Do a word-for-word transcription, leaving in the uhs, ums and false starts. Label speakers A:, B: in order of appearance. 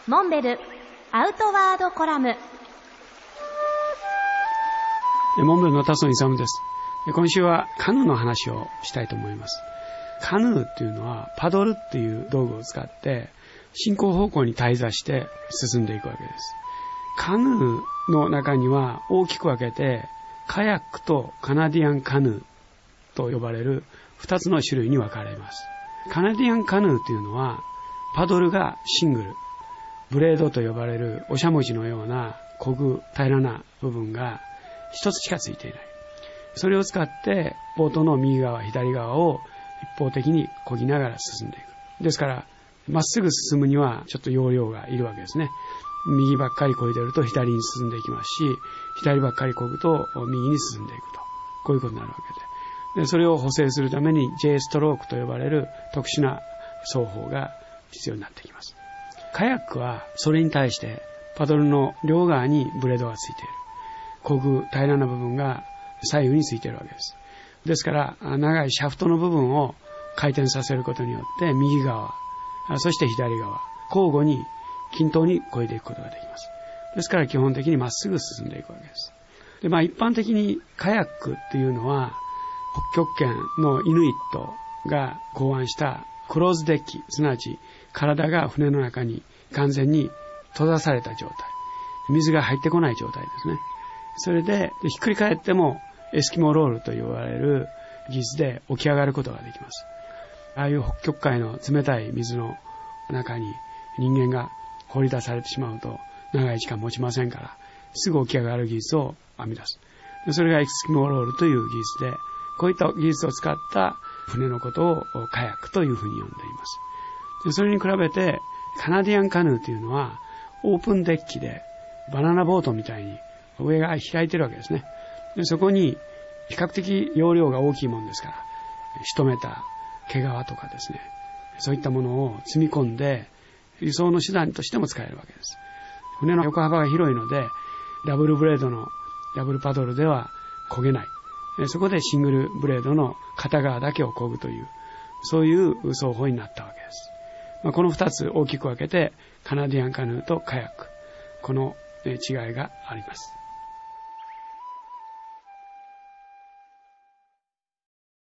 A: モンベルアウトワードコラム。
B: モンベルの辰野勇です。今週はカヌーの話をしたいと思います。カヌーっていうのはパドルっていう道具を使って進行方向に滞座して進んでいくわけです。カヌーの中には大きく分けてカヤックとカナディアンカヌーと呼ばれる二つの種類に分かれます。カナディアンカヌーというのはパドルがシングル、ブレードと呼ばれるおしゃもじのような漕ぐ平らな部分が一つしかついていない。それを使ってボートの右側左側を一方的に漕ぎながら進んでいく。ですからまっすぐ進むにはちょっと要領がいるわけですね。右ばっかり漕いでると左に進んでいきますし、左ばっかり漕ぐと右に進んでいくと、こういうことになるわけで、でそれを補正するために J ストロークと呼ばれる特殊な奏法が必要になってきます。カヤックはそれに対してパドルの両側にブレードがついている。漕ぐ平らな部分が左右についているわけです。ですから長いシャフトの部分を回転させることによって右側、そして左側、交互に均等に漕いでいくことができます。ですから基本的にまっすぐ進んでいくわけです。で、まあ一般的にカヤックっていうのは北極圏のイヌイットが考案したクローズデッキ、すなわち体が船の中に完全に閉ざされた状態、水が入ってこない状態ですね。それでひっくり返ってもエスキモーロールと言われる技術で起き上がることができます。ああいう北極海の冷たい水の中に人間が放り出されてしまうと長い時間持ちませんから、すぐ起き上がる技術を編み出す。それがエスキモーロールという技術で、こういった技術を使った船のことをカヤックというふうに呼んでいます。でそれに比べてカナディアンカヌーというのはオープンデッキでバナナボートみたいに上が開いてるわけですね。でそこに比較的容量が大きいもんですから、仕留めた毛皮とかですね、そういったものを積み込んで輸送の手段としても使えるわけです。船の横幅が広いのでダブルブレードのダブルパドルでは漕げない。そこでシングルブレードの片側だけを漕ぐという、そういう奏法になったわけです。まあ、この二つ大きく分けてカナディアンカヌーとカヤック、この違いがあります。